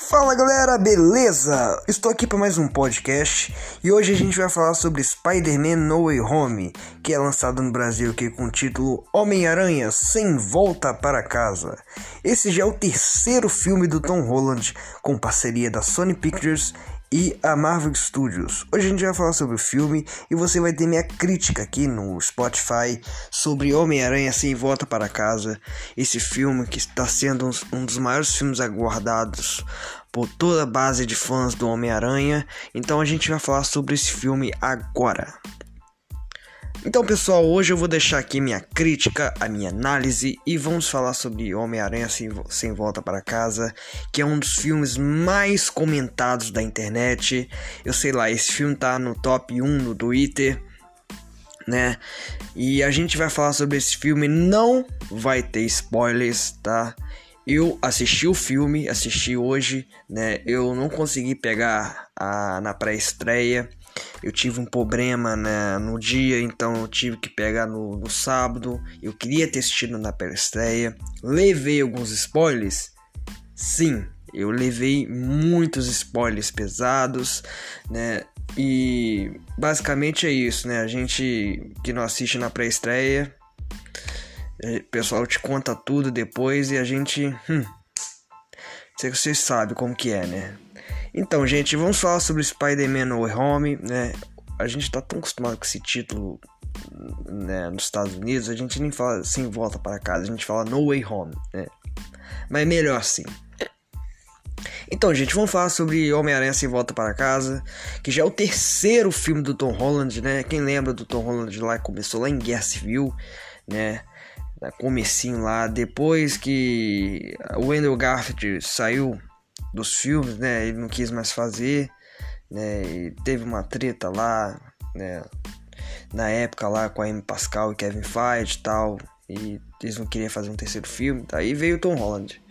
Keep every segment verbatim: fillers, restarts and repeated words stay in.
Fala galera, beleza? Estou aqui para mais um podcast e hoje a gente vai falar sobre Spider-Man No Way Home, que é lançado no Brasil aqui com o título Homem-Aranha Sem Volta para Casa. Esse já é o terceiro filme do Tom Holland com parceria da Sony Pictures e a Marvel Studios. Hoje a gente vai falar sobre o filme e você vai ter minha crítica aqui no Spotify sobre Homem-Aranha Sem Volta para Casa. Esse filme que está sendo um dos maiores filmes aguardados por toda a base de fãs do Homem-Aranha. Então a gente vai falar sobre esse filme agora. Então pessoal, hoje eu vou deixar aqui minha crítica, a minha análise e vamos falar sobre Homem-Aranha Sem, Sem Volta para Casa, que é um dos filmes mais comentados da internet. Eu sei lá, esse filme tá no top um no Twitter, né? E a gente vai falar sobre esse filme, não vai ter spoilers, tá? Eu assisti o filme, assisti hoje, né? Eu não consegui pegar a, na pré-estreia. Eu tive um problema, né, no dia, então eu tive que pegar no, no sábado. Eu queria ter assistido na pré-estreia. Levei alguns spoilers? Sim, eu levei muitos spoilers pesados, né? E basicamente é isso, né? A gente que não assiste na pré-estreia, o pessoal te conta tudo depois e a gente... Hum, sei que vocês sabem como que é, né? Então, gente, vamos falar sobre Spider-Man No Way Home, né? A gente tá tão acostumado com esse título, né, nos Estados Unidos, a gente nem fala Sem Volta para Casa, a gente fala No Way Home, né? Mas é melhor assim. Então, gente, vamos falar sobre Homem-Aranha Sem Volta para Casa, que já é o terceiro filme do Tom Holland, né? Quem lembra do Tom Holland lá, começou lá em Guerra Civil, né? Comecinho lá, depois que o Andrew Garfield saiu dos filmes, né, ele não quis mais fazer, né, e teve uma treta lá, né, na época lá com a Amy Pascal e Kevin Feige e tal, e eles não queriam fazer um terceiro filme, daí veio o Tom Holland.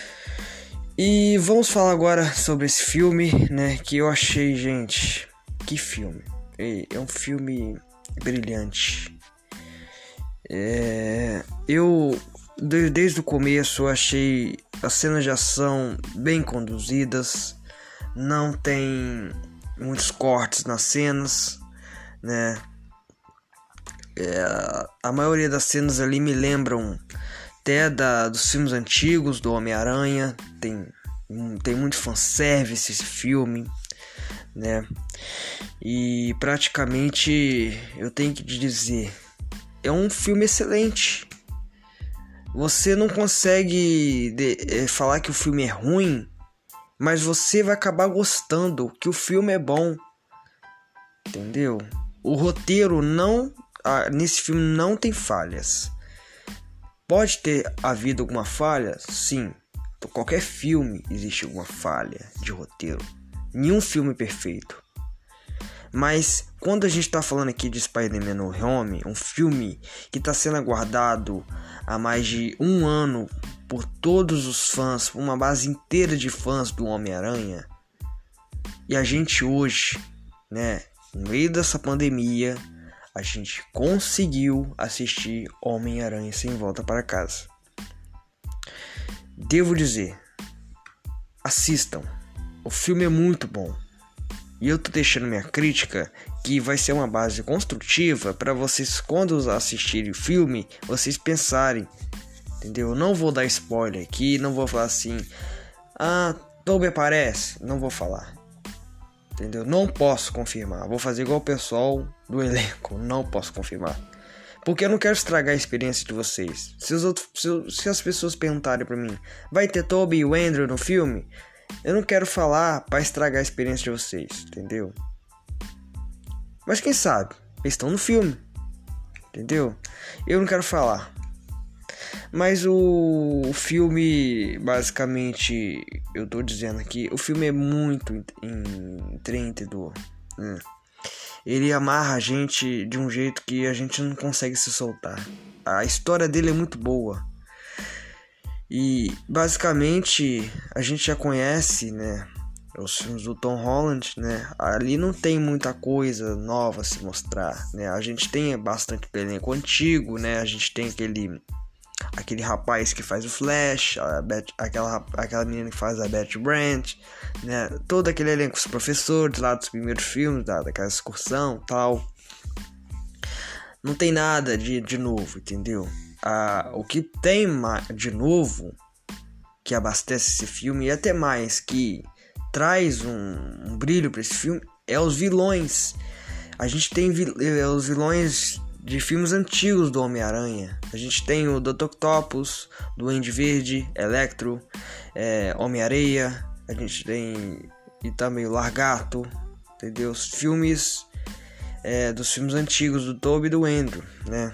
E vamos falar agora sobre esse filme, né, que eu achei, gente, que filme, é um filme brilhante. É, eu desde o começo eu achei as cenas de ação bem conduzidas, não tem muitos cortes nas cenas, né? É, a maioria das cenas ali me lembram até da, dos filmes antigos do Homem-Aranha, tem, tem muito fanservice esse filme, né? E praticamente eu tenho que dizer, é um filme excelente. Você não consegue de, é, falar que o filme é ruim, mas você vai acabar gostando, que o filme é bom. Entendeu? O roteiro não... Ah, nesse filme não tem falhas. Pode ter havido alguma falha? Sim. Qualquer filme existe alguma falha de roteiro. Nenhum filme é perfeito. Mas quando a gente está falando aqui de Spider-Man No Way Home, um filme que está sendo aguardado há mais de um ano por todos os fãs, por uma base inteira de fãs do Homem-Aranha, e a gente hoje, né, no meio dessa pandemia, a gente conseguiu assistir Homem-Aranha Sem Volta para Casa. Devo dizer, assistam, o filme é muito bom. E eu tô deixando minha crítica, que vai ser uma base construtiva para vocês, quando assistirem o filme, vocês pensarem, entendeu? Eu não vou dar spoiler aqui, não vou falar assim, ah, Tobey aparece, não vou falar, entendeu? Não posso confirmar, vou fazer igual o pessoal do elenco, não posso confirmar, porque eu não quero estragar a experiência de vocês. Se, os outros, se, se as pessoas perguntarem para mim, vai ter Tobey e o Andrew no filme? Eu não quero falar para estragar a experiência de vocês, entendeu? Mas quem sabe? Eles estão no filme, entendeu? Eu não quero falar. Mas o, o filme, basicamente, eu tô dizendo aqui, o filme é muito entretador, né? Ele amarra a gente de um jeito que a gente não consegue se soltar. A história dele é muito boa. E basicamente a gente já conhece, né, os filmes do Tom Holland, né? Ali não tem muita coisa nova a se mostrar, né? A gente tem bastante elenco antigo, né? A gente tem aquele aquele rapaz que faz o Flash, a Beth, aquela, aquela menina que faz a Betty Brant, né? Todo aquele elenco, os professores lá dos primeiros filmes, da, daquela excursão e tal. Não tem nada de, de novo, entendeu? Ah, o que tem de novo, que abastece esse filme, e até mais, que traz um, um brilho para esse filme, é os vilões. A gente tem vil- é, os vilões de filmes antigos do Homem-Aranha. A gente tem o doutor Octopus, Duende Verde, Electro, é, Homem-Areia. A gente tem e também o Largato, entendeu? Os filmes é, dos filmes antigos do Tobey e do Andrew, né?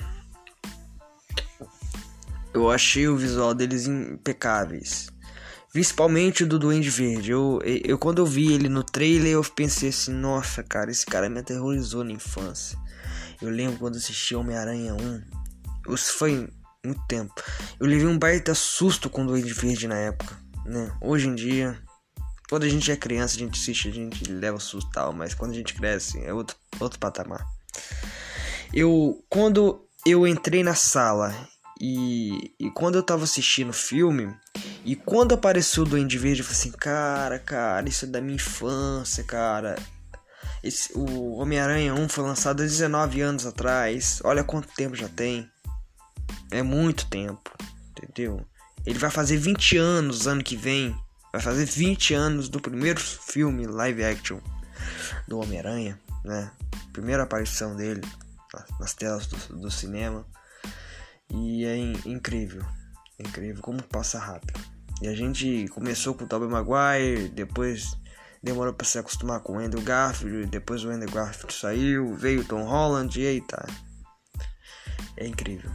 Eu achei o visual deles impecáveis. Principalmente o do Duende Verde. Eu, eu, eu, quando eu vi ele no trailer, eu pensei assim, nossa, cara, esse cara me aterrorizou na infância. Eu lembro quando assisti Homem-Aranha um. Isso foi muito tempo. Eu levei um baita susto com o Duende Verde na época, né? Hoje em dia, quando a gente é criança, a gente assiste, a gente leva susto e tal. Mas quando a gente cresce, é outro, outro patamar. Eu, quando eu entrei na sala... E, e quando eu tava assistindo o filme, e quando apareceu o Duende Verde, eu falei assim, cara, cara, isso é da minha infância, cara. Esse, o Homem-Aranha um foi lançado há dezenove anos atrás. Olha quanto tempo já tem. É muito tempo, entendeu? Ele vai fazer vinte anos ano que vem. Vai fazer vinte anos do primeiro filme live action do Homem-Aranha, né? Primeira aparição dele nas telas do, do cinema. E é in- incrível, incrível como passa rápido. E a gente começou com o Tobey Maguire, depois demorou pra se acostumar com o Andrew Garfield, depois o Andrew Garfield saiu, veio o Tom Holland, e aí tá. É incrível.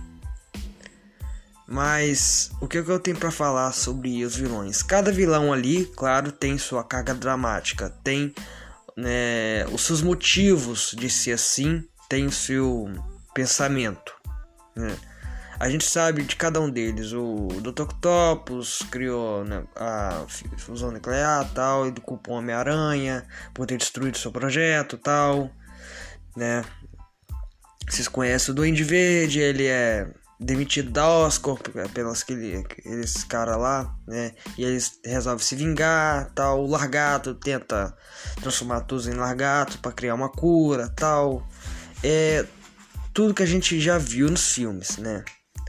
Mas o que, é que eu tenho pra falar sobre os vilões? Cada vilão ali, claro, tem sua carga dramática, tem né, os seus motivos de ser assim, tem o seu pensamento, né? A gente sabe de cada um deles. O doutor Octopus criou, né, a fusão nuclear e tal, e culpou o Homem-Aranha por ter destruído seu projeto e tal, né? Vocês conhecem o Duende Verde, ele é demitido da Oscorp pelos aquele, aqueles caras lá, né? E eles resolvem se vingar, tal. O Largato tenta transformar todos em Largato para criar uma cura, tal. É tudo que a gente já viu nos filmes, né?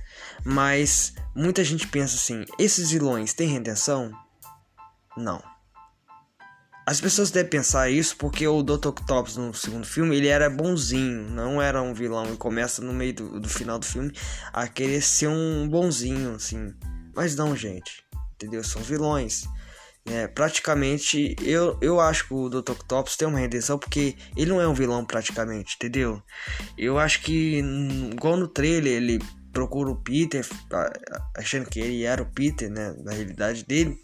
Mas muita gente pensa assim, esses vilões têm redenção? Não. As pessoas devem pensar isso porque o doutor Octopus no segundo filme, ele era bonzinho, não era um vilão. E começa no meio do, do final do filme a querer ser um bonzinho, assim. Mas não, gente, entendeu? São vilões. É, praticamente, eu, eu acho que o doutor Octopus tem uma redenção porque ele não é um vilão praticamente, entendeu? Eu acho que, igual no trailer, ele procura o Peter, achando que ele era o Peter, né, na realidade dele,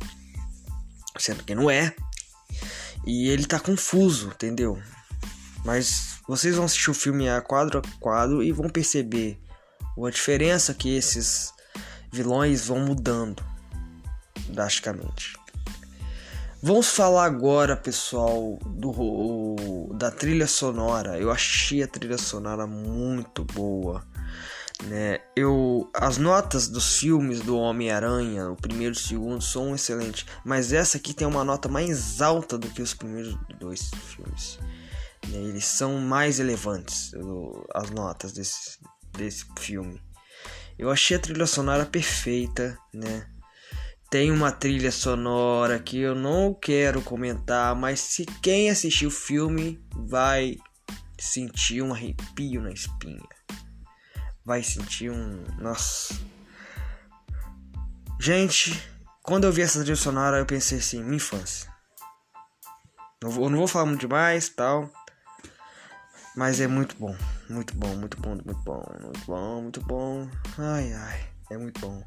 sendo que não é, e ele tá confuso, entendeu? Mas vocês vão assistir o filme a quadro a quadro e vão perceber a diferença que esses vilões vão mudando drasticamente. Vamos falar agora, pessoal, do, da trilha sonora. Eu achei a trilha sonora muito boa, né? Eu, as notas dos filmes do Homem-Aranha, o primeiro e o segundo, são excelentes, mas essa aqui tem uma nota mais alta do que os primeiros dois filmes, né? Eles são mais elevantes, as notas desse, desse filme. Eu achei a trilha sonora perfeita, né? Tem uma trilha sonora que eu não quero comentar, mas se quem assistiu o filme vai sentir um arrepio na espinha. Vai sentir um... Nossa. Gente, quando eu vi essa trilha sonora, eu pensei assim, minha infância. Eu, vou, eu não vou falar muito demais, tal. Mas é muito bom. Muito bom, muito bom, muito bom. Muito bom, muito bom. Ai, ai. É muito bom.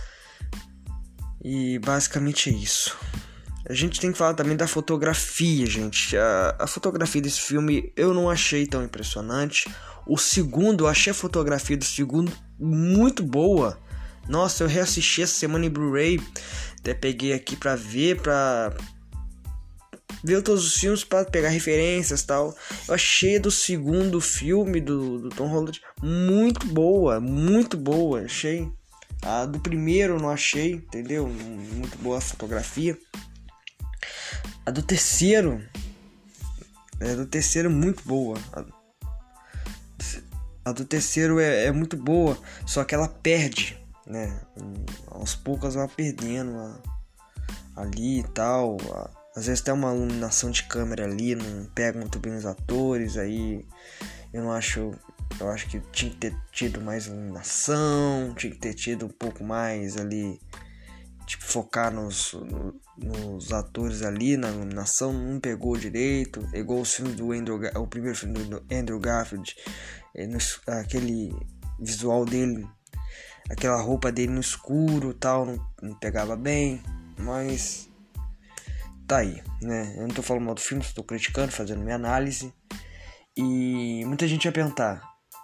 E basicamente é isso. A gente tem que falar também da fotografia, gente. A, a fotografia desse filme eu não achei tão impressionante. O segundo, eu achei a fotografia do segundo muito boa. Nossa, eu reassisti essa semana em Blu-ray. Até peguei aqui pra ver, pra ver todos os filmes, pra pegar referências e tal. Eu achei do segundo filme do, do Tom Holland muito boa, muito boa. Achei A do primeiro eu não achei, entendeu? Muito boa a fotografia. A do terceiro, a do terceiro é muito boa. A, a do terceiro é, é muito boa, só que ela perde, né? Aos poucos ela vai perdendo a, ali e tal. A, às vezes tem uma iluminação de câmera ali, não pega muito bem os atores, aí eu não acho. Eu acho que tinha que ter tido mais iluminação, tinha que ter tido um pouco mais ali, tipo, focar nos, no, nos atores ali, na iluminação, não pegou direito, igual os filmes do Andrew, o primeiro filme do Andrew Garfield, aquele visual dele, aquela roupa dele no escuro e tal, não, não pegava bem, mas tá aí, né? Eu não tô falando mal do filme, estou criticando, fazendo minha análise, e muita gente vai perguntar,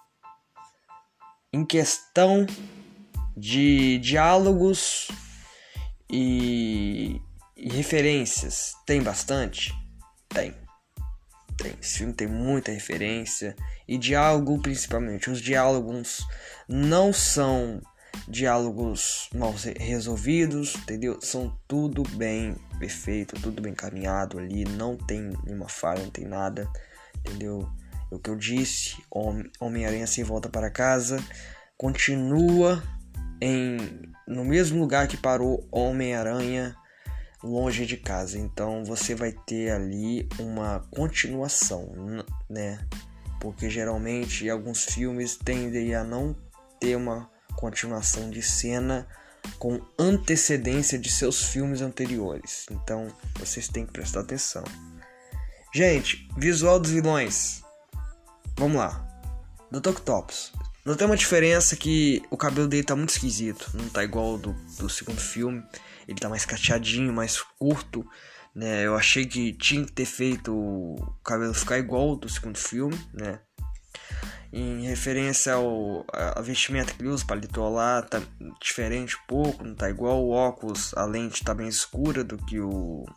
em questão de diálogos e, e referências, tem bastante? Tem. Tem. Esse filme tem muita referência. E diálogo principalmente. Os diálogos não são diálogos mal resolvidos, entendeu? São tudo bem perfeito, tudo bem caminhado ali. Não tem nenhuma falha, não tem nada, entendeu? O que eu disse, Homem-Aranha Sem Volta para Casa continua em, no mesmo lugar que parou Homem-Aranha Longe de Casa. Então você vai ter ali uma continuação, né? Porque geralmente alguns filmes tendem a não ter uma continuação de cena com antecedência de seus filmes anteriores. Então vocês têm que prestar atenção. Gente, visual dos vilões. Vamos lá. doutor Octopus. Não tem uma diferença que o cabelo dele tá muito esquisito. Não tá igual ao do, do segundo filme. Ele tá mais cacheadinho, mais curto, né? Eu achei que tinha que ter feito o cabelo ficar igual ao do segundo filme, né? Em referência ao a, a vestimenta que ele usa, paletó lá, tá diferente um pouco. Não tá igual. O óculos, a lente tá bem escura do que o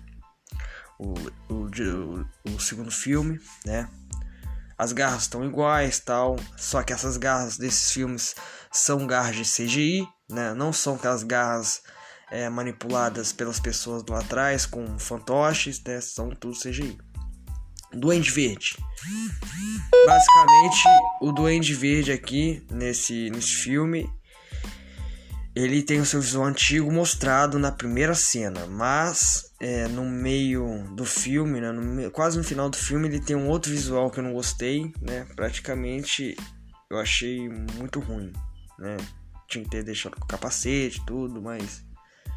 o, o, o, o segundo filme, né? As garras estão iguais, tal, só que essas garras desses filmes são garras de C G I, né? Não são aquelas garras é, manipuladas pelas pessoas lá atrás com fantoches, né? São tudo C G I. Duende Verde. Basicamente, o Duende Verde aqui nesse, nesse filme, ele tem o seu visual antigo mostrado na primeira cena, mas é, no meio do filme, né, no, quase no final do filme, ele tem um outro visual que eu não gostei, né? Praticamente eu achei muito ruim, né? Tinha que ter deixado com capacete e tudo, mas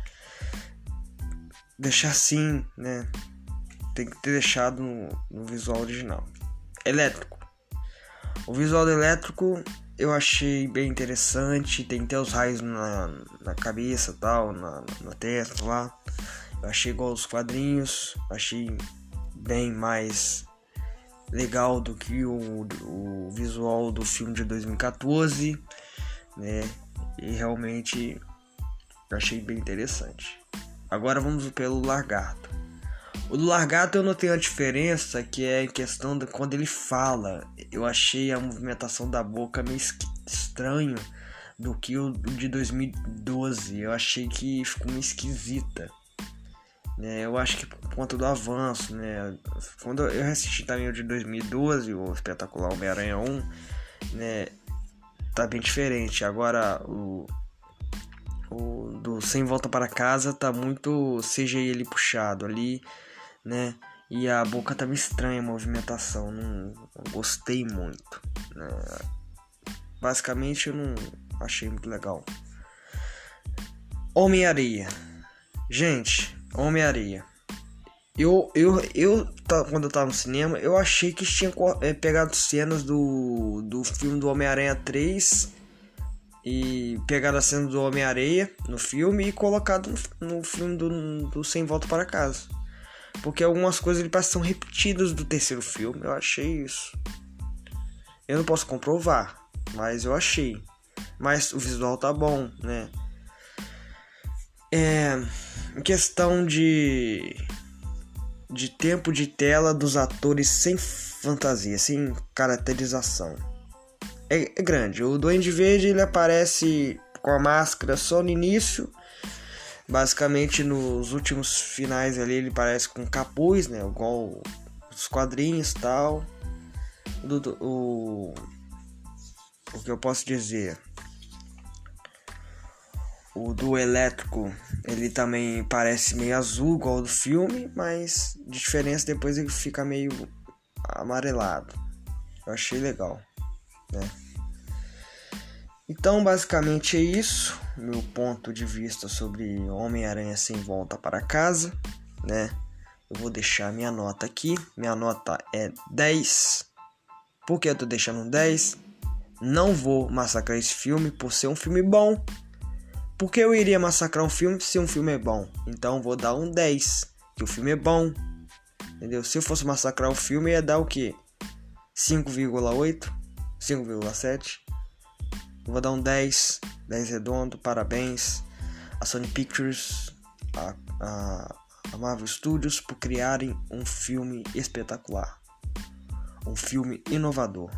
deixar assim, né? Tem que ter deixado no, no visual original. Elétrico. O visual do Elétrico eu achei bem interessante. Tem até os raios na, na cabeça, tal, na, na testa lá. Eu achei igual aos quadrinhos. Achei bem mais legal do que o, o visual do filme de dois mil e catorze, né? E realmente achei bem interessante. Agora vamos pelo Lagarto. O do Lagarto eu notei uma diferença, que é em questão de quando ele fala. Eu achei a movimentação da boca meio estranho do que o de dois mil e doze. Eu achei que ficou meio esquisita, né? Eu acho que por conta do avanço, né? Quando eu assisti também o de dois mil e doze, o espetacular Homem-Aranha um, né? Tá bem diferente. Agora o O do Sem Volta para Casa tá muito C G I ele puxado ali, né? E a boca tá meio estranha a movimentação, não, não gostei muito, né? Basicamente eu não achei muito legal. Homem-Areia. Gente, Homem-Areia. Eu, eu, eu tá, quando eu tava no cinema, eu achei que tinha é, pegado cenas do, do filme do Homem-Aranha três e pegado a cena do Homem-Areia no filme e colocado no, no filme do, do Sem Volta para Casa. Porque algumas coisas ele parece que são repetidas do terceiro filme. Eu achei isso. Eu não posso comprovar, mas eu achei. Mas o visual tá bom, né? É, em questão de de tempo de tela dos atores sem fantasia, sem caracterização, é, é grande. O Duende Verde ele aparece com a máscara só no início. Basicamente nos últimos finais ali ele parece com capuz, né? Igual os quadrinhos e tal. Do, do, o, o que eu posso dizer? O do elétrico, ele também parece meio azul, igual ao do filme, mas de diferença depois ele fica meio amarelado. Eu achei legal, né? Então, basicamente é isso, meu ponto de vista sobre Homem-Aranha Sem Volta para Casa, né? Eu vou deixar minha nota aqui, minha nota é dez. Por que eu tô deixando dez? Não vou massacrar esse filme por ser um filme bom. Porque eu iria massacrar um filme se um filme é bom? Então vou dar um dez, que o filme é bom, entendeu? Se eu fosse massacrar o filme, ia dar o quê? cinco vírgula oito? cinco vírgula sete? Eu vou dar um dez, dez redondo, parabéns a Sony Pictures, a, a, a Marvel Studios por criarem um filme espetacular, um filme inovador.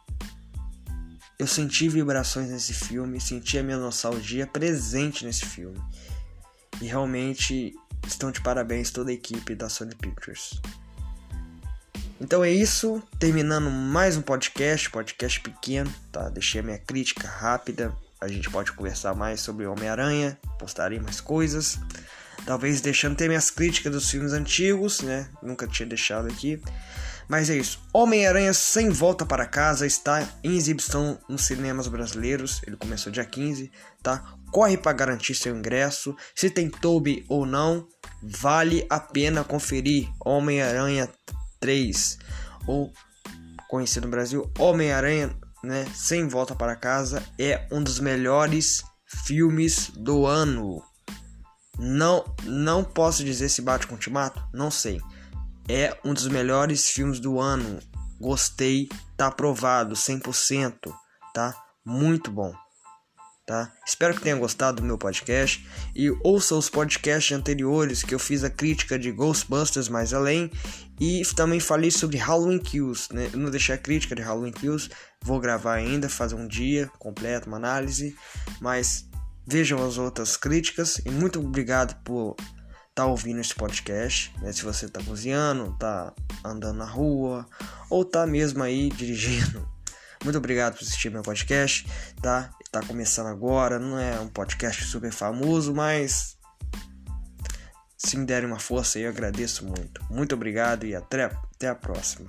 Eu senti vibrações nesse filme, senti a minha nostalgia presente nesse filme. E realmente estão de parabéns toda a equipe da Sony Pictures. Então é isso, terminando mais um podcast, podcast pequeno, tá? Deixei a minha crítica rápida, a gente pode conversar mais sobre Homem-Aranha, postarei mais coisas. Talvez deixando ter minhas críticas dos filmes antigos, né? Nunca tinha deixado aqui. Mas é isso, Homem-Aranha Sem Volta para Casa está em exibição nos cinemas brasileiros. Ele começou dia quinze, tá? Corre para garantir seu ingresso. Se tem Tobey ou não, vale a pena conferir. Homem-Aranha três, ou conhecido no Brasil, Homem-Aranha, né, Sem Volta para Casa, é um dos melhores filmes do ano. Não, não posso dizer se bate com o Ultimato, não sei. É um dos melhores filmes do ano. Gostei, tá aprovado cem por cento, tá? Muito bom, tá? Espero que tenham gostado do meu podcast e ouça os podcasts anteriores que eu fiz a crítica de Ghostbusters Mais Além e também falei sobre Halloween Kills, né? Eu não deixei a crítica de Halloween Kills, vou gravar ainda, fazer um dia completo, uma análise, mas vejam as outras críticas e muito obrigado por tá ouvindo esse podcast, né? Se você tá cozinhando, tá andando na rua ou tá mesmo aí dirigindo, muito obrigado por assistir meu podcast, tá? Tá começando agora, não é um podcast super famoso, mas se me derem uma força aí eu agradeço muito. Muito obrigado e até, até a próxima.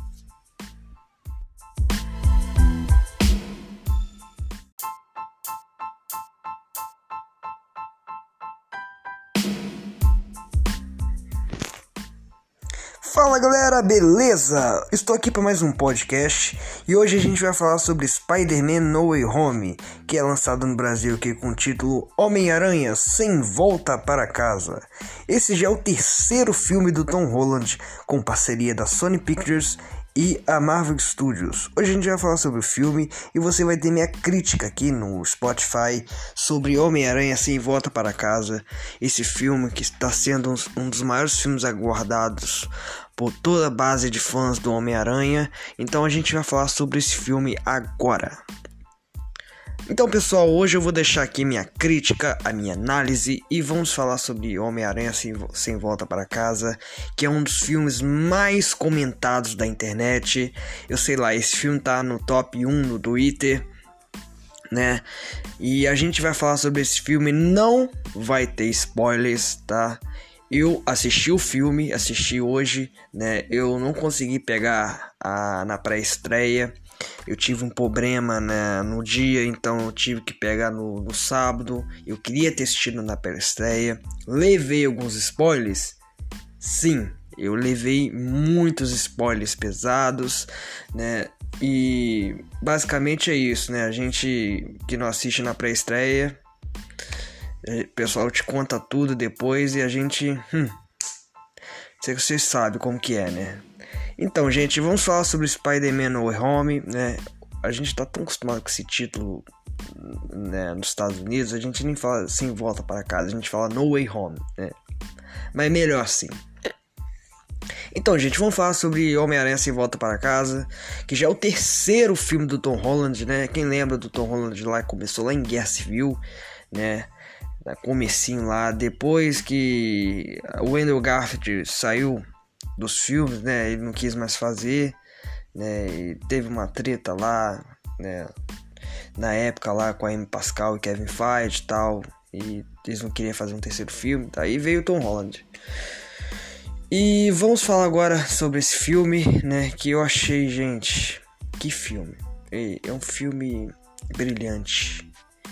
Fala galera, beleza? Estou aqui para mais um podcast e hoje a gente vai falar sobre Spider-Man No Way Home, que é lançado no Brasil aqui com o título Homem-Aranha Sem Volta para Casa. Esse já é o terceiro filme do Tom Holland com parceria da Sony Pictures e a Marvel Studios. Hoje a gente vai falar sobre o filme e você vai ter minha crítica aqui no Spotify sobre Homem-Aranha Sem Volta para Casa. Esse filme que está sendo um dos maiores filmes aguardados por toda a base de fãs do Homem-Aranha. Então a gente vai falar sobre esse filme agora. Então pessoal, hoje eu vou deixar aqui minha crítica, a minha análise e vamos falar sobre Homem-Aranha Sem, Sem Volta para Casa, que é um dos filmes mais comentados da internet. Eu sei lá, esse filme tá no top um no Twitter, né? E a gente vai falar sobre esse filme, não vai ter spoilers, tá? Eu assisti o filme, assisti hoje, né? Eu não consegui pegar a, na pré-estreia. Eu tive um problema, né, no dia, então eu tive que pegar no, no sábado. Eu queria ter assistido na pré-estreia. Levei alguns spoilers? Sim, eu levei muitos spoilers pesados, né? E basicamente é isso, né? A gente que não assiste na pré-estreia, o pessoal te conta tudo depois e a gente... Hum, sei que vocês sabem como que é, né? Então, gente, vamos falar sobre Spider-Man No Way Home, né? A gente tá tão acostumado com esse título, né, nos Estados Unidos, a gente nem fala Sem Volta para Casa, a gente fala No Way Home, né? Mas é melhor assim. Então, gente, vamos falar sobre Homem-Aranha Sem Volta para Casa, que já é o terceiro filme do Tom Holland, né? Quem lembra do Tom Holland lá, começou lá em Guerra Civil, né? Comecinho lá, depois que o Andrew Garfield saiu dos filmes, né? Ele não quis mais fazer, né? E teve uma treta lá, né? Na época lá com a Amy Pascal e Kevin Feige e tal, e eles não queriam fazer um terceiro filme, daí veio o Tom Holland. E vamos falar agora sobre esse filme, né, que eu achei, gente, que filme. É um filme brilhante.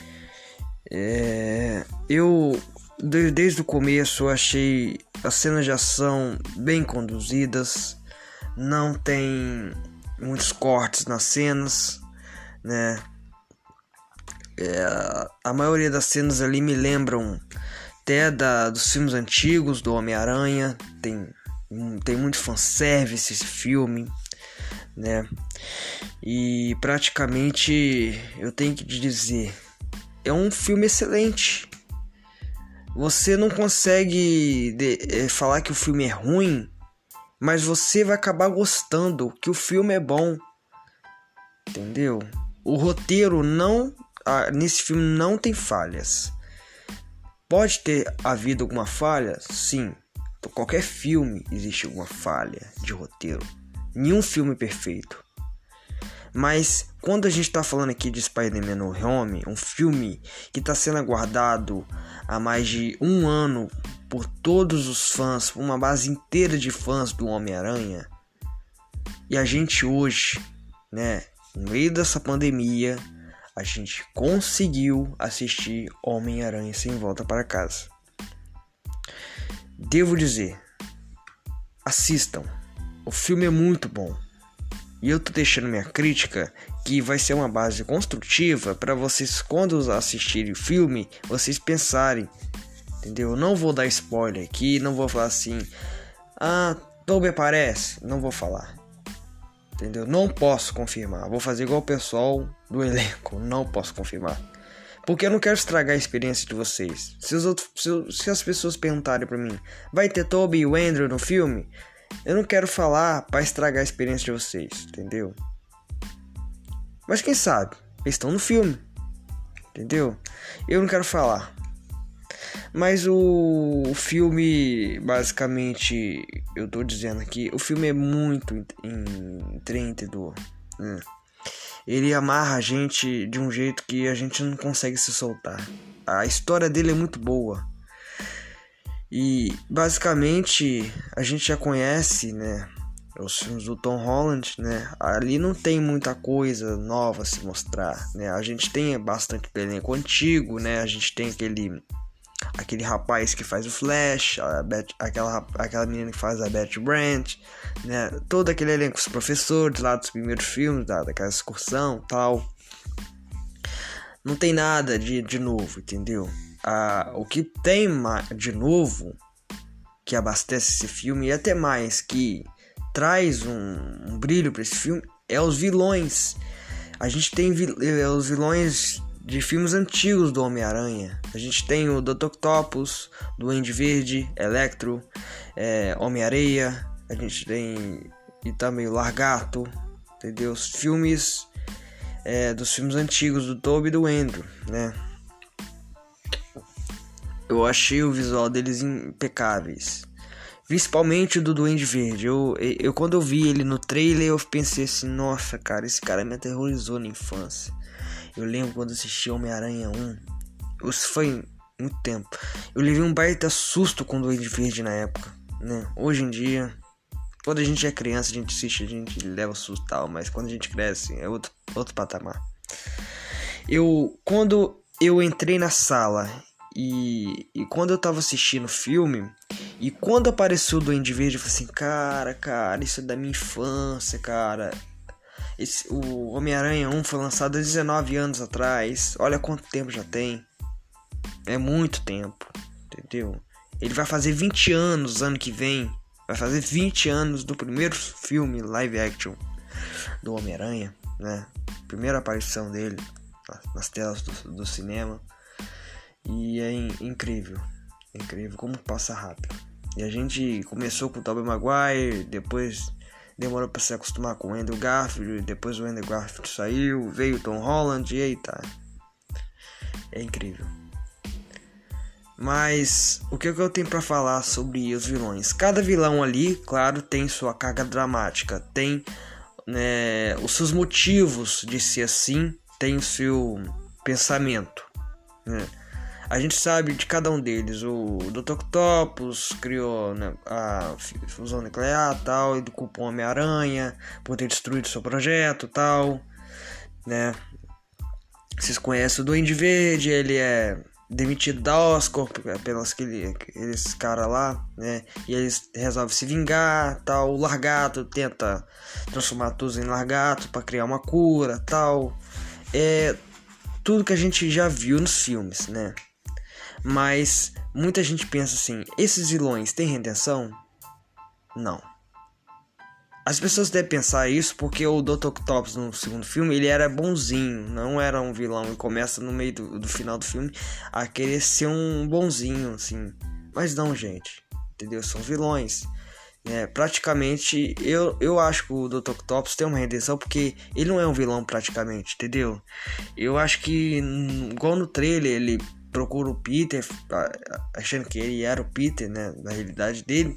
É, eu, desde o começo, achei as cenas de ação bem conduzidas. Não tem muitos cortes nas cenas, né. É, a maioria das cenas ali me lembram até da, dos filmes antigos do Homem-Aranha. Tem, tem muito fanservice esse filme, né? E praticamente eu tenho que dizer, é um filme excelente. Você não consegue de, é, falar que o filme é ruim, mas você vai acabar gostando, que o filme é bom, entendeu? O roteiro não, ah, nesse filme não tem falhas. Pode ter havido alguma falha? Sim. Qualquer filme existe alguma falha de roteiro. Nenhum filme perfeito. Mas quando a gente está falando aqui de Spider-Man No Way Home, um filme que está sendo aguardado há mais de um ano por todos os fãs, por uma base inteira de fãs do Homem-Aranha, e a gente hoje, né, no meio dessa pandemia, a gente conseguiu assistir Homem-Aranha Sem Volta para Casa. Devo dizer, assistam. O filme é muito bom. E eu tô deixando minha crítica, que vai ser uma base construtiva para vocês, quando assistirem o filme, vocês pensarem. Entendeu? Eu não vou dar spoiler aqui, não vou falar assim, ah, Tobey aparece. Não vou falar. Entendeu? Não posso confirmar. Vou fazer igual o pessoal do elenco. Não posso confirmar. Porque eu não quero estragar a experiência de vocês. Se, os outros, se, se as pessoas perguntarem pra mim, vai ter Tobey e o Andrew no filme? Eu não quero falar pra estragar a experiência de vocês. Entendeu? Mas quem sabe? Eles estão no filme. Entendeu? Eu não quero falar. Mas o, o filme, basicamente, eu tô dizendo aqui, o filme é muito entretador, né? Ele amarra a gente de um jeito que a gente não consegue se soltar. A história dele é muito boa. E, basicamente, a gente já conhece, né, os filmes do Tom Holland, né? Ali não tem muita coisa nova a se mostrar, né? A gente tem bastante elenco antigo, né? A gente tem aquele... aquele rapaz que faz o Flash, a Beth, aquela, aquela menina que faz a Betty Brant, né? Todo aquele elenco, os professores lá dos primeiros filmes, da, daquela excursão e tal. Não tem nada de, de novo, entendeu? Ah, o que tem de novo, que abastece esse filme, e até mais, que traz um, um brilho para esse filme, é os vilões. A gente tem vil, é, os vilões de filmes antigos do Homem-Aranha. A gente tem o doutor Octopus, Duende Verde, Electro, é, Homem-Areia. A gente tem e também o Largato, entendeu? Os filmes é, dos filmes antigos do Tobey e do Andrew, né? Eu achei o visual deles impecáveis. Principalmente o do Duende Verde. Eu, eu, eu quando eu vi ele no trailer, eu pensei assim, nossa, cara, esse cara me aterrorizou na infância. Eu lembro quando assisti Homem-Aranha um. Isso foi muito tempo. Eu levei um baita susto com o Duende Verde na época, né? Hoje em dia, quando a gente é criança, a gente assiste, a gente leva susto e tal. Mas quando a gente cresce, é outro, outro patamar. Eu, quando eu entrei na sala e, e quando eu tava assistindo o filme, e quando apareceu o Duende Verde, eu falei assim, cara, cara, isso é da minha infância, cara. Esse, o Homem-Aranha um foi lançado há dezenove anos atrás. Olha quanto tempo já tem. É muito tempo, entendeu? Ele vai fazer vinte anos ano que vem. Vai fazer vinte anos do primeiro filme live action do Homem-Aranha, né? Primeira aparição dele nas telas do, do cinema. E é in, incrível. É incrível como passa rápido. E a gente começou com o Tobey Maguire, depois demorou pra se acostumar com o Andrew Garfield, depois o Andrew Garfield saiu, veio o Tom Holland, e eita, é incrível. Mas o que, é que eu tenho pra falar sobre os vilões? Cada vilão ali, claro, tem sua carga dramática, tem, né, os seus motivos de ser assim, tem o seu pensamento, né? A gente sabe de cada um deles. O doutor Octopus criou, né, a fusão nuclear, tal, ele culpou o Homem-Aranha por ter destruído seu projeto, tal, né? Vocês conhecem o Duende Verde, ele é demitido da Oscorp pelos aquele, aqueles caras lá, né? E eles resolvem se vingar, tal. O Largato tenta transformar todos em Largato para criar uma cura, tal. É tudo que a gente já viu nos filmes, né? Mas muita gente pensa assim, esses vilões têm redenção? Não. As pessoas devem pensar isso porque o doutor Octopus no segundo filme, ele era bonzinho, não era um vilão. E começa no meio do, do final do filme a querer ser um bonzinho, assim. Mas não, gente, entendeu? São vilões. É, praticamente, eu, eu acho que o doutor Octopus tem uma redenção porque ele não é um vilão praticamente, entendeu? Eu acho que, igual no trailer, ele procura o Peter, achando que ele era o Peter, né, na realidade dele,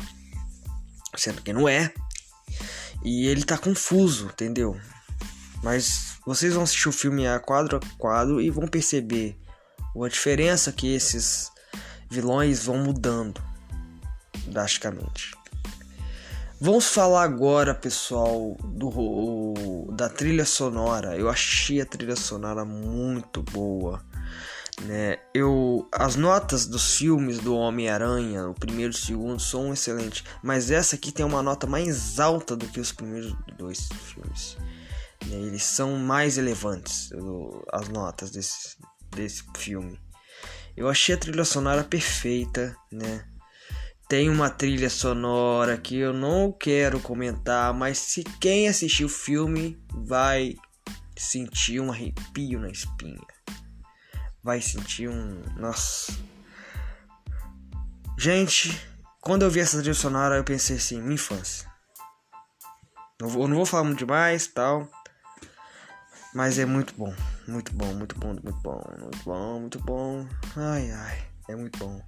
sendo que não é, e ele tá confuso, entendeu? Mas vocês vão assistir o filme a quadro a quadro e vão perceber a diferença que esses vilões vão mudando drasticamente. Vamos falar agora, pessoal, do, da trilha sonora. Eu achei a trilha sonora muito boa, né? Eu, as notas dos filmes do Homem-Aranha, o primeiro e o segundo, são excelentes, mas essa aqui tem uma nota mais alta do que os primeiros dois filmes, né? Eles são mais relevantes, as notas desse, desse filme. Eu achei a trilha sonora perfeita, né? Tem uma trilha sonora que eu não quero comentar, mas se quem assistiu o filme vai sentir um arrepio na espinha. Vai sentir um... Nossa. Gente, quando eu vi essa trilha sonora, eu pensei assim, minha infância. Eu não vou, não vou falar muito mais, tal. Mas é muito bom. Muito bom, muito bom, muito bom. Muito bom, muito bom. Ai, ai. É muito bom.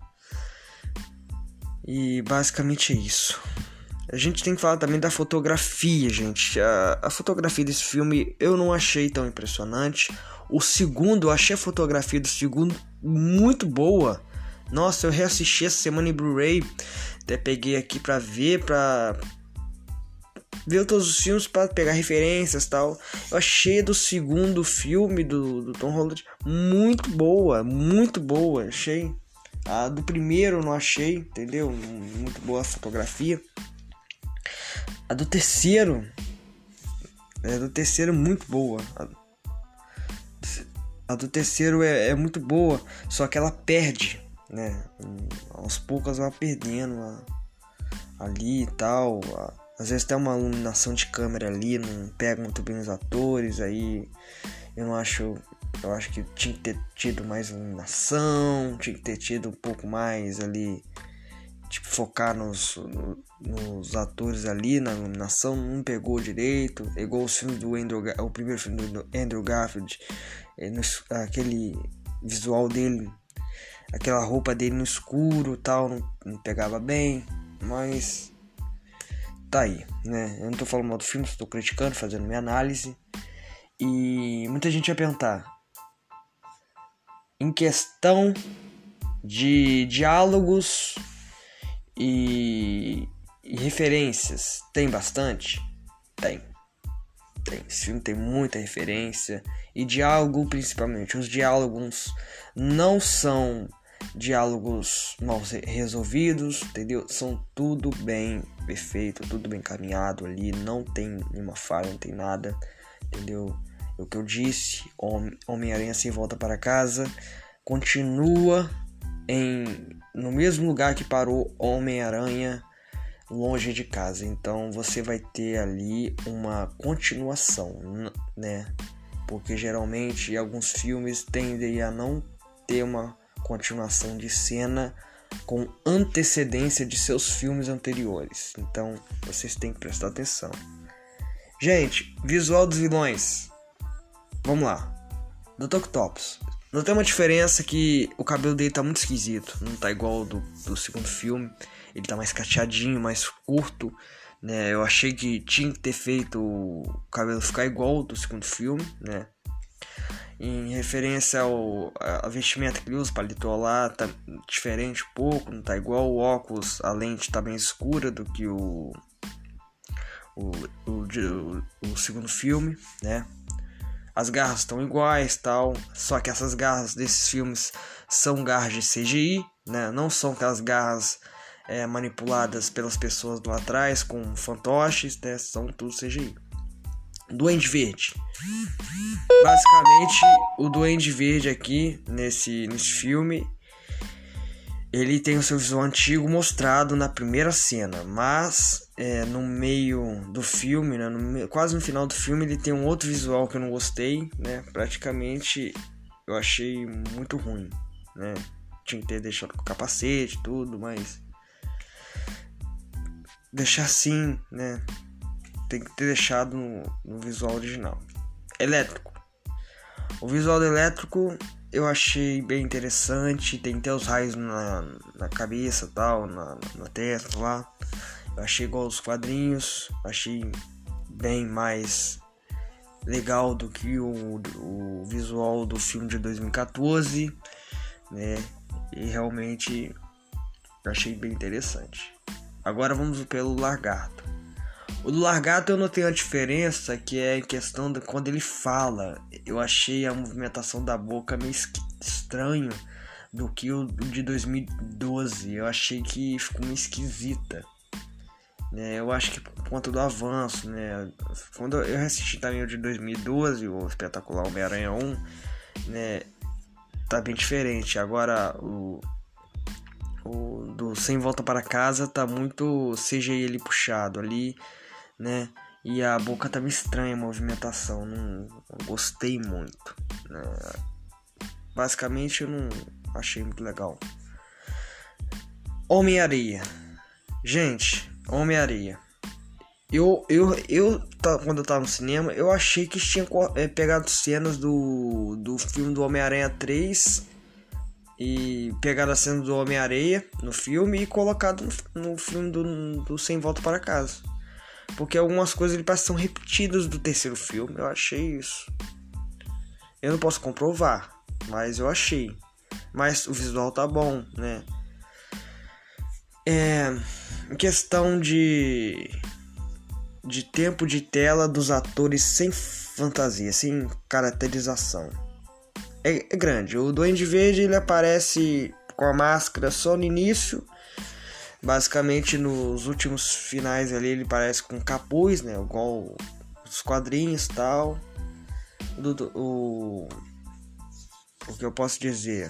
E basicamente é isso. A gente tem que falar também da fotografia, gente. A, a fotografia desse filme eu não achei tão impressionante. O segundo, eu achei a fotografia do segundo muito boa. Nossa, eu reassisti essa semana em Blu-ray. Até peguei aqui pra ver, pra ver todos os filmes, pra pegar referências e tal. Eu achei do segundo filme do, do Tom Holland muito boa, muito boa, achei. A do primeiro eu não achei, entendeu? Muito boa a fotografia. A do terceiro, a do terceiro é muito boa. A, a do terceiro é, é muito boa, só que ela perde, né? Aos poucos ela vai perdendo a, ali e tal. A, às vezes tem uma iluminação de câmera ali, não pega muito bem os atores, aí eu não acho... Eu acho que tinha que ter tido mais iluminação, tinha que ter tido um pouco mais ali, tipo, focar nos, no, nos atores ali, na iluminação, não pegou direito, igual o filme do Andrew, o primeiro filme do Andrew Garfield, é, no, aquele visual dele, aquela roupa dele no escuro, tal, não, não pegava bem, mas tá aí, né? Eu não tô falando mal do filme, estou criticando, fazendo minha análise, e muita gente vai perguntar, em questão de diálogos e, e referências, tem bastante? Tem. Tem. Esse filme tem muita referência e diálogo principalmente. Os diálogos não são diálogos mal resolvidos, entendeu? São tudo bem perfeito, tudo bem caminhado ali, não tem nenhuma falha, não tem nada, entendeu? O que eu disse, Homem-Aranha Sem Volta para Casa continua em, no mesmo lugar que parou Homem-Aranha Longe de Casa. Então você vai ter ali uma continuação, né? Porque geralmente alguns filmes tendem a não ter uma continuação de cena com antecedência de seus filmes anteriores. Então, vocês têm que prestar atenção. Gente, visual dos vilões. Vamos lá. doutor Octopus. Não tem uma diferença que o cabelo dele tá muito esquisito. Não tá igual ao do, do segundo filme. Ele tá mais cacheadinho, mais curto, né? Eu achei que tinha que ter feito o cabelo ficar igual ao do segundo filme, né? Em referência ao a, a vestimenta que ele usa, paletó lá, tá diferente um pouco, não tá igual. O óculos, a lente tá bem escura do que o o, o, o, o segundo filme, né? As garras estão iguais, tal, só que essas garras desses filmes são garras de C G I, né? Não são aquelas garras é, manipuladas pelas pessoas lá atrás com fantoches, né? São tudo C G I. Duende Verde. Basicamente, o Duende Verde aqui nesse, nesse filme, ele tem o seu visual antigo mostrado na primeira cena, mas é, no meio do filme, né, no, quase no final do filme, ele tem um outro visual que eu não gostei, né? Praticamente eu achei muito ruim, né? Tinha que ter deixado com o capacete e tudo, mas deixar assim, né? Tem que ter deixado no, no visual original. Elétrico. O visual do Elétrico eu achei bem interessante. Tem até os raios na, na cabeça, tal, na, na testa lá. Eu achei igual aos quadrinhos. Achei bem mais legal do que o, o visual do filme de dois mil e catorze, né? E realmente achei bem interessante. Agora vamos pelo Lagarto. O do Lagarto eu notei uma diferença, que é em questão de quando ele fala. Eu achei a movimentação da boca meio estranho do que o de dois mil e doze. Eu achei que ficou meio esquisita, né? Eu acho que por conta do avanço, né? Quando eu assisti também o de dois mil e doze, o espetacular Homem-Aranha um, né? Tá bem diferente. Agora o o do Sem Volta para Casa tá muito C G I ali puxado ali, né? E a boca tá meio estranha, a movimentação, não, não gostei muito, né? Basicamente eu não achei muito legal. Homem-Areia. Gente, Homem-Areia. Eu, eu, eu tá, quando eu tava no cinema, eu achei que tinha é, pegado cenas do, do filme do Homem-Aranha três e pegado as cenas do Homem-Areia no filme e colocado no, no filme do, do Sem Volta para Casa. Porque algumas coisas ele parece que são repetidas do terceiro filme. Eu achei isso. Eu não posso comprovar, mas eu achei. Mas o visual tá bom, né? É, em questão de de tempo de tela dos atores sem fantasia, sem caracterização, é, é grande. O Duende Verde ele aparece com a máscara só no início. Basicamente nos últimos finais ali ele parece com capuz, né? Igual os quadrinhos e tal. Do, do, o, o que eu posso dizer?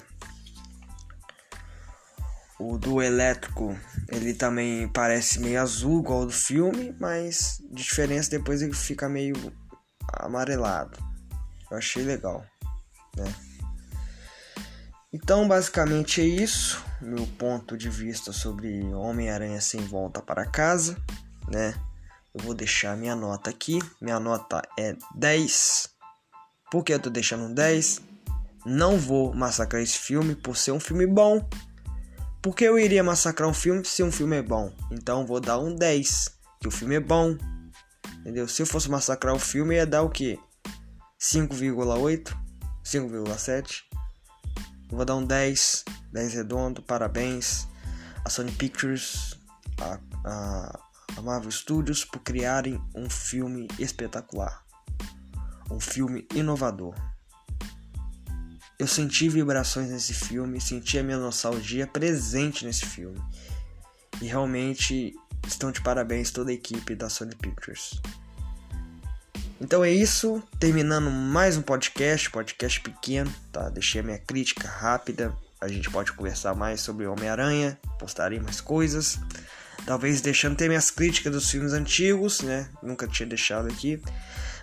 O do Elétrico, ele também parece meio azul, igual ao do filme, mas de diferença depois ele fica meio amarelado. Eu achei legal, né? Então, basicamente é isso, meu ponto de vista sobre Homem-Aranha Sem Volta para Casa, né? Eu vou deixar minha nota aqui, minha nota é dez. Por que eu tô deixando dez? Não vou massacrar esse filme por ser um filme bom. Por que eu iria massacrar um filme se um filme é bom? Então vou dar um dez, que o filme é bom, entendeu? Se eu fosse massacrar o filme, ia dar o quê? cinco vírgula oito? cinco vírgula sete? Eu vou dar um dez, dez redondo, parabéns a Sony Pictures, a, a, a Marvel Studios por criarem um filme espetacular, um filme inovador. Eu senti vibrações nesse filme, senti a minha nostalgia presente nesse filme. E realmente estão de parabéns toda a equipe da Sony Pictures. Então é isso, terminando mais um podcast, podcast pequeno, tá? Deixei a minha crítica rápida, a gente pode conversar mais sobre Homem-Aranha, postarei mais coisas. Talvez deixando ter minhas críticas dos filmes antigos, né? Nunca tinha deixado aqui.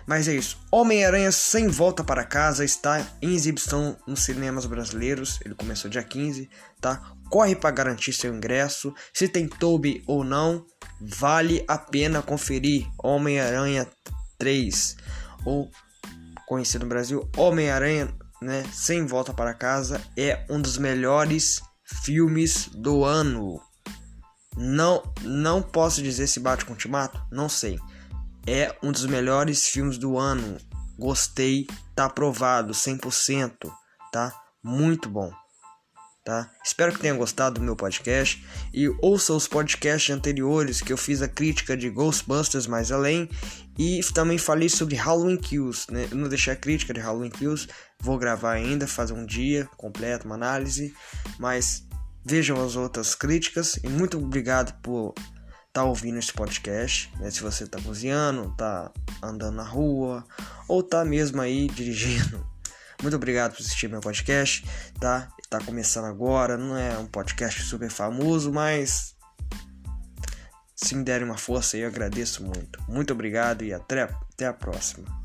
Mas é isso. Homem-Aranha Sem Volta para Casa está em exibição nos cinemas brasileiros. Ele começou dia quinze, tá? Corre para garantir seu ingresso. Se tem Tobey ou não, vale a pena conferir. Homem-Aranha três, ou conhecido no Brasil, Homem-Aranha, né, Sem Volta para Casa, é um dos melhores filmes do ano. Não, não posso dizer se bate com Ultimato, não sei. É um dos melhores filmes do ano. Gostei, tá aprovado cem por cento, tá? Muito bom, tá? Espero que tenham gostado do meu podcast e ouça os podcasts anteriores que eu fiz a crítica de Ghostbusters Mais Além e também falei sobre Halloween Kills, né? Eu não deixei a crítica de Halloween Kills, vou gravar ainda, fazer um dia completo, uma análise, mas vejam as outras críticas e muito obrigado por tá ouvindo esse podcast, né? Se você tá cozinhando, tá andando na rua ou tá mesmo aí dirigindo. Muito obrigado por assistir meu podcast, tá? Tá começando agora, não é um podcast super famoso, mas se me derem uma força aí eu agradeço muito. Muito obrigado e até, até a próxima.